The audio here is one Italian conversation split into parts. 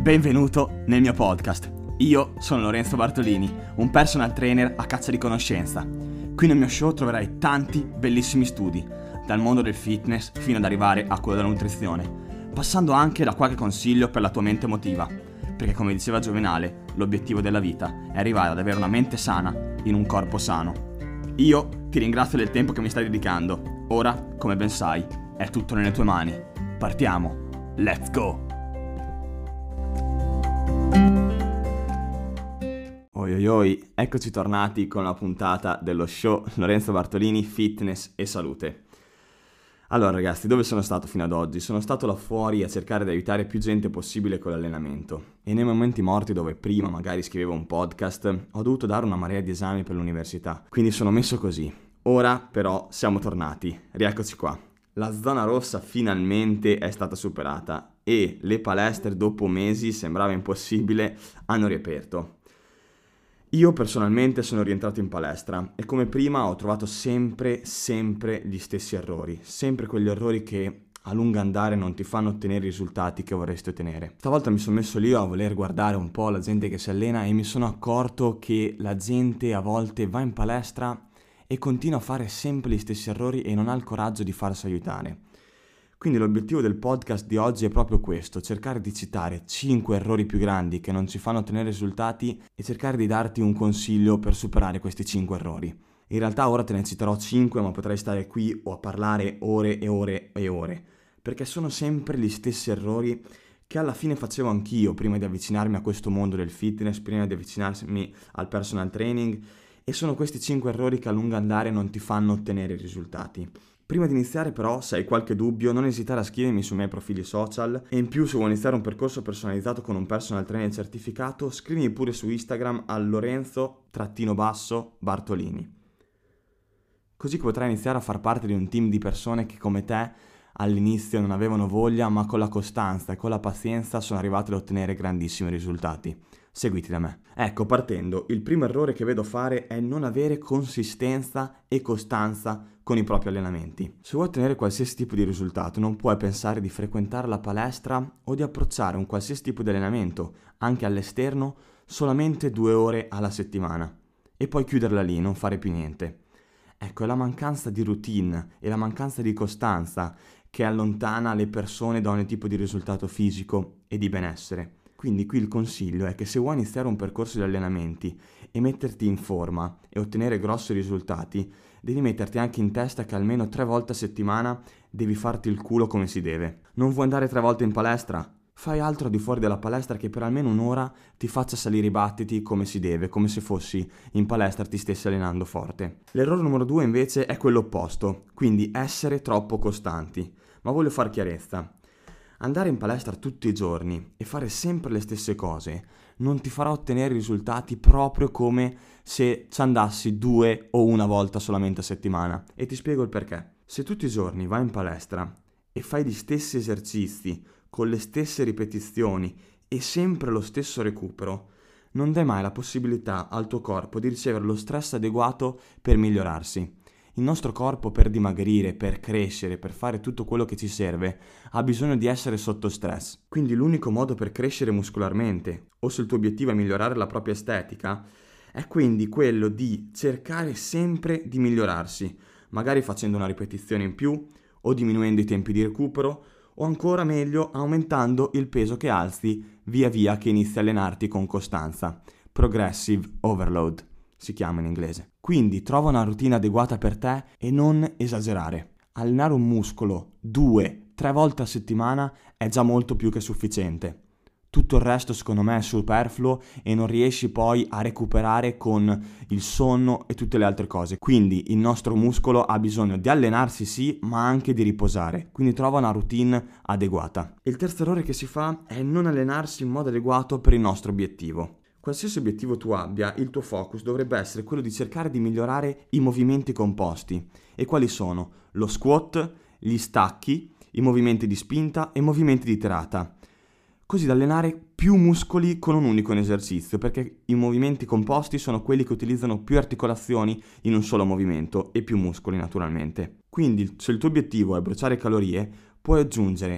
Benvenuto nel mio podcast. Io sono Lorenzo Bartolini, un personal trainer a caccia di conoscenza. Qui nel mio show troverai tanti bellissimi studi, dal mondo del fitness fino ad arrivare a quello della nutrizione, passando anche da qualche consiglio per la tua mente emotiva, perché come diceva Giovenale, l'obiettivo della vita è arrivare ad avere una mente sana in un corpo sano. Io ti ringrazio del tempo che mi stai dedicando. Ora, come ben sai, è tutto nelle tue mani. Partiamo! Let's go! Oi, eccoci tornati con la puntata dello show Lorenzo Bartolini, Fitness e Salute. Allora ragazzi, dove sono stato fino ad oggi? Sono stato là fuori a cercare di aiutare più gente possibile con l'allenamento e nei momenti morti dove prima magari scrivevo un podcast ho dovuto dare una marea di esami per l'università, quindi sono messo così. Ora però siamo tornati, rieccoci qua. La zona rossa finalmente è stata superata e le palestre dopo mesi, sembrava impossibile, hanno riaperto. Io personalmente sono rientrato in palestra e come prima ho trovato sempre gli stessi errori, sempre quegli errori che a lungo andare non ti fanno ottenere i risultati che vorresti ottenere. Stavolta mi sono messo lì a voler guardare un po' la gente che si allena e mi sono accorto che la gente a volte va in palestra e continua a fare sempre gli stessi errori e non ha il coraggio di farsi aiutare. Quindi l'obiettivo del podcast di oggi è proprio questo, cercare di citare 5 errori più grandi che non ci fanno ottenere risultati e cercare di darti un consiglio per superare questi 5 errori. In realtà ora te ne citerò 5, ma potrei stare qui o a parlare ore e ore e ore, perché sono sempre gli stessi errori che alla fine facevo anch'io prima di avvicinarmi a questo mondo del fitness, prima di avvicinarmi al personal training, e sono questi 5 errori che a lungo andare non ti fanno ottenere i risultati. Prima di iniziare però, se hai qualche dubbio, non esitare a scrivermi sui miei profili social e in più se vuoi iniziare un percorso personalizzato con un personal trainer certificato, scrivimi pure su Instagram a Lorenzo_Bartolini. Così potrai iniziare a far parte di un team di persone che come te all'inizio non avevano voglia, ma con la costanza e con la pazienza sono arrivate ad ottenere grandissimi risultati. Seguiti da me. Ecco, partendo, il primo errore che vedo fare è non avere consistenza e costanza con i propri allenamenti. Se vuoi ottenere qualsiasi tipo di risultato, non puoi pensare di frequentare la palestra o di approcciare un qualsiasi tipo di allenamento, anche all'esterno, solamente 2 ore alla settimana e poi chiuderla lì, non fare più niente. Ecco, è la mancanza di routine e la mancanza di costanza che allontana le persone da ogni tipo di risultato fisico e di benessere. Quindi qui il consiglio è che se vuoi iniziare un percorso di allenamenti e metterti in forma e ottenere grossi risultati, devi metterti anche in testa che almeno 3 volte a settimana devi farti il culo come si deve. Non vuoi andare 3 volte in palestra? Fai altro di fuori dalla palestra che per almeno un'ora ti faccia salire i battiti come si deve, come se fossi in palestra e ti stessi allenando forte. L'errore numero 2 invece è quello opposto, quindi essere troppo costanti. Ma voglio far chiarezza. Andare in palestra tutti i giorni e fare sempre le stesse cose non ti farà ottenere risultati proprio come se ci andassi 2 o 1 volta solamente a settimana. E ti spiego il perché. Se tutti i giorni vai in palestra e fai gli stessi esercizi con le stesse ripetizioni e sempre lo stesso recupero, non dai mai la possibilità al tuo corpo di ricevere lo stress adeguato per migliorarsi. Il nostro corpo per dimagrire, per crescere, per fare tutto quello che ci serve, ha bisogno di essere sotto stress. Quindi l'unico modo per crescere muscolarmente, o se il tuo obiettivo è migliorare la propria estetica, è quindi quello di cercare sempre di migliorarsi, magari facendo una ripetizione in più, o diminuendo i tempi di recupero, o ancora meglio aumentando il peso che alzi via via che inizi a allenarti con costanza. Progressive overload si chiama in inglese. Quindi trova una routine adeguata per te e non esagerare. Allenare un muscolo 2-3 volte a settimana è già molto più che sufficiente. Tutto il resto secondo me è superfluo e non riesci poi a recuperare con il sonno e tutte le altre cose. Quindi il nostro muscolo ha bisogno di allenarsi sì, ma anche di riposare. Quindi trova una routine adeguata. Il terzo errore che si fa è non allenarsi in modo adeguato per il nostro obiettivo. Qualsiasi obiettivo tu abbia, il tuo focus dovrebbe essere quello di cercare di migliorare i movimenti composti. E quali sono? Lo squat, gli stacchi, i movimenti di spinta e i movimenti di tirata. Così da allenare più muscoli con un unico esercizio, perché i movimenti composti sono quelli che utilizzano più articolazioni in un solo movimento e più muscoli naturalmente. Quindi se il tuo obiettivo è bruciare calorie, puoi aggiungere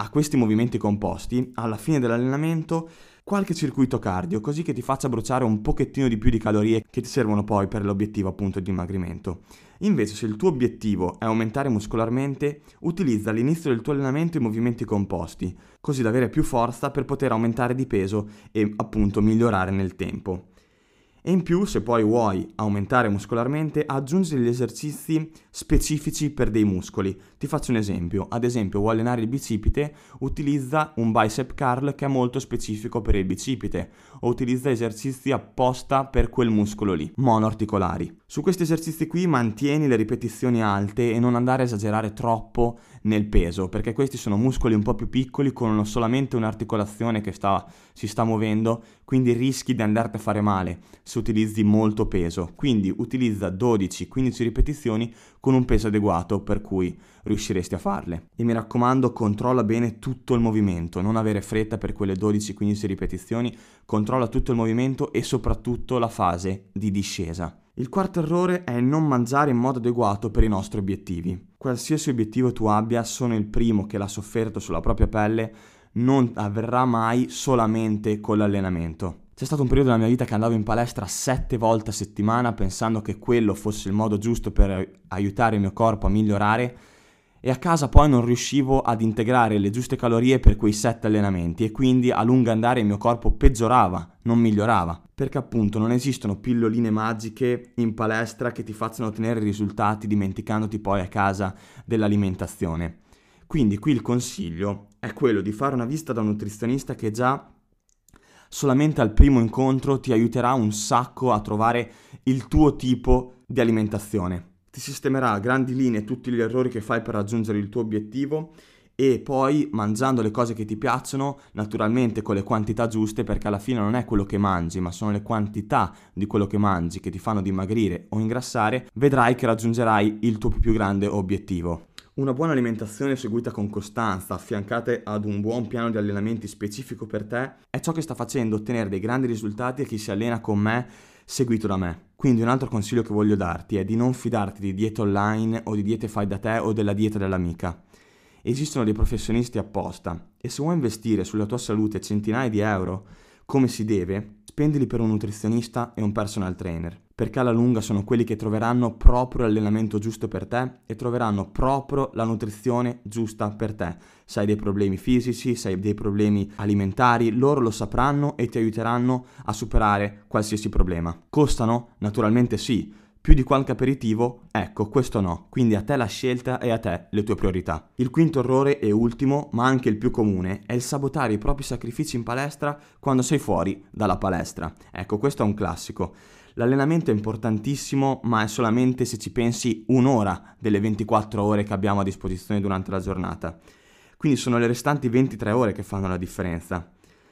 a questi movimenti composti, alla fine dell'allenamento, qualche circuito cardio, così che ti faccia bruciare un pochettino di più di calorie che ti servono poi per l'obiettivo appunto di dimagrimento. Invece, se il tuo obiettivo è aumentare muscolarmente, utilizza all'inizio del tuo allenamento i movimenti composti, così da avere più forza per poter aumentare di peso e appunto migliorare nel tempo. E in più, se poi vuoi aumentare muscolarmente, aggiungi degli esercizi specifici per dei muscoli. Ti faccio un esempio. Ad esempio, vuoi allenare il bicipite, utilizza un bicep curl che è molto specifico per il bicipite, o utilizza esercizi apposta per quel muscolo lì, monoarticolari. Su questi esercizi qui mantieni le ripetizioni alte e non andare a esagerare troppo nel peso, perché questi sono muscoli un po' più piccoli con solamente un'articolazione che si sta muovendo, quindi rischi di andarti a fare male se utilizzi molto peso. Quindi utilizza 12-15 ripetizioni con un peso adeguato per cui riusciresti a farle. E mi raccomando, controlla bene tutto il movimento, non avere fretta per quelle 12-15 ripetizioni, controlla tutto il movimento e soprattutto la fase di discesa. Il quarto errore è non mangiare in modo adeguato per i nostri obiettivi. Qualsiasi obiettivo tu abbia, sono il primo che l'ha sofferto sulla propria pelle, non avverrà mai solamente con l'allenamento. C'è stato un periodo della mia vita che andavo in palestra 7 volte a settimana pensando che quello fosse il modo giusto per aiutare il mio corpo a migliorare, e a casa poi non riuscivo ad integrare le giuste calorie per quei 7 allenamenti e quindi a lungo andare il mio corpo peggiorava, non migliorava, perché appunto non esistono pilloline magiche in palestra che ti facciano ottenere risultati dimenticandoti poi a casa dell'alimentazione. Quindi qui il consiglio è quello di fare una visita da un nutrizionista che già solamente al primo incontro ti aiuterà un sacco a trovare il tuo tipo di alimentazione. Ti sistemerà a grandi linee tutti gli errori che fai per raggiungere il tuo obiettivo e poi mangiando le cose che ti piacciono, naturalmente con le quantità giuste, perché alla fine non è quello che mangi, ma sono le quantità di quello che mangi che ti fanno dimagrire o ingrassare, vedrai che raggiungerai il tuo più grande obiettivo. Una buona alimentazione seguita con costanza, affiancata ad un buon piano di allenamenti specifico per te, è ciò che sta facendo ottenere dei grandi risultati a chi si allena con me, seguito da me. Quindi un altro consiglio che voglio darti è di non fidarti di diete online o di diete fai da te o della dieta dell'amica. Esistono dei professionisti apposta e se vuoi investire sulla tua salute centinaia di euro come si deve, spendili per un nutrizionista e un personal trainer, perché alla lunga sono quelli che troveranno proprio l'allenamento giusto per te e troveranno proprio la nutrizione giusta per te. Se hai dei problemi fisici, se hai dei problemi alimentari, loro lo sapranno e ti aiuteranno a superare qualsiasi problema. Costano? Naturalmente sì. Più di qualche aperitivo? Ecco, questo no. Quindi a te la scelta e a te le tue priorità. Il quinto errore e ultimo, ma anche il più comune, è il sabotare i propri sacrifici in palestra quando sei fuori dalla palestra. Ecco, questo è un classico. L'allenamento è importantissimo, ma è solamente se ci pensi un'ora delle 24 ore che abbiamo a disposizione durante la giornata. Quindi sono le restanti 23 ore che fanno la differenza.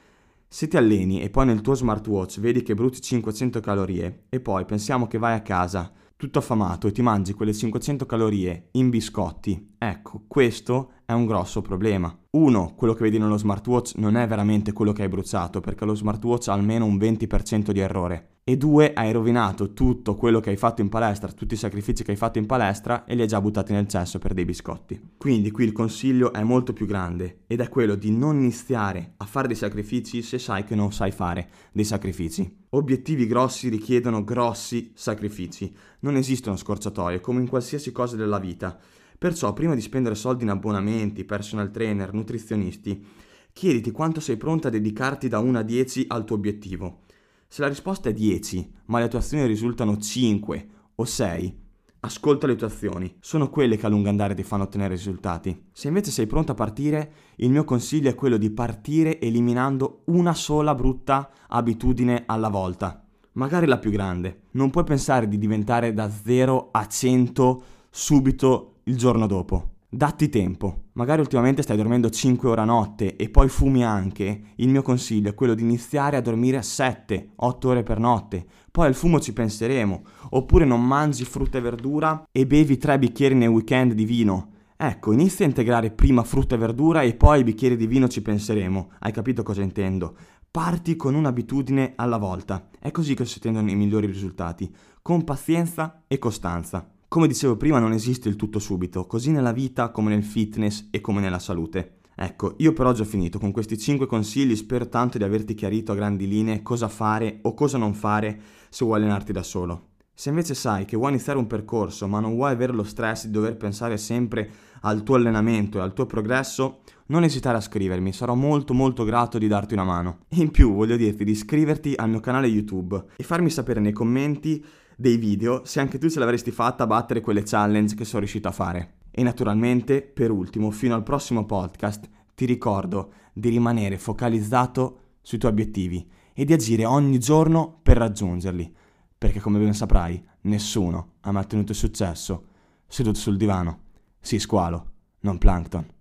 Se ti alleni e poi nel tuo smartwatch vedi che bruci 500 calorie e poi pensiamo che vai a casa tutto affamato e ti mangi quelle 500 calorie in biscotti, ecco, questo è un grosso problema. Uno, quello che vedi nello smartwatch non è veramente quello che hai bruciato, perché lo smartwatch ha almeno un 20% di errore. E due, hai rovinato tutto quello che hai fatto in palestra, tutti i sacrifici che hai fatto in palestra e li hai già buttati nel cesso per dei biscotti. Quindi qui il consiglio è molto più grande ed è quello di non iniziare a fare dei sacrifici se sai che non sai fare dei sacrifici. Obiettivi grossi richiedono grossi sacrifici, non esistono scorciatoie come in qualsiasi cosa della vita. Perciò prima di spendere soldi in abbonamenti, personal trainer, nutrizionisti, chiediti quanto sei pronta a dedicarti da 1 a 10 al tuo obiettivo. Se la risposta è 10, ma le tue azioni risultano 5 o 6, ascolta le tue azioni, sono quelle che a lungo andare ti fanno ottenere risultati. Se invece sei pronta a partire, il mio consiglio è quello di partire eliminando una sola brutta abitudine alla volta, magari la più grande. Non puoi pensare di diventare da 0 a 100 subito il giorno dopo. Datti tempo. Magari ultimamente stai dormendo 5 ore a notte e poi fumi anche. Il mio consiglio è quello di iniziare a dormire 7-8 ore per notte. Poi al fumo ci penseremo. Oppure non mangi frutta e verdura e bevi 3 bicchieri nel weekend di vino. Ecco, inizia a integrare prima frutta e verdura e poi i bicchieri di vino ci penseremo. Hai capito cosa intendo? Parti con un'abitudine alla volta. È così che si ottengono i migliori risultati. Con pazienza e costanza. Come dicevo prima, non esiste il tutto subito, così nella vita come nel fitness e come nella salute. Ecco, io per oggi ho finito con questi 5 consigli, spero tanto di averti chiarito a grandi linee cosa fare o cosa non fare se vuoi allenarti da solo. Se invece sai che vuoi iniziare un percorso ma non vuoi avere lo stress di dover pensare sempre al tuo allenamento e al tuo progresso, non esitare a scrivermi, sarò molto molto grato di darti una mano. In più voglio dirti di iscriverti al mio canale YouTube e farmi sapere nei commenti dei video se anche tu ce l'avresti fatta a battere quelle challenge che sono riuscito a fare. E naturalmente, per ultimo, fino al prossimo podcast, ti ricordo di rimanere focalizzato sui tuoi obiettivi e di agire ogni giorno per raggiungerli, perché come ben saprai, nessuno ha mai ottenuto successo seduto sul divano. Sii squalo, non plankton.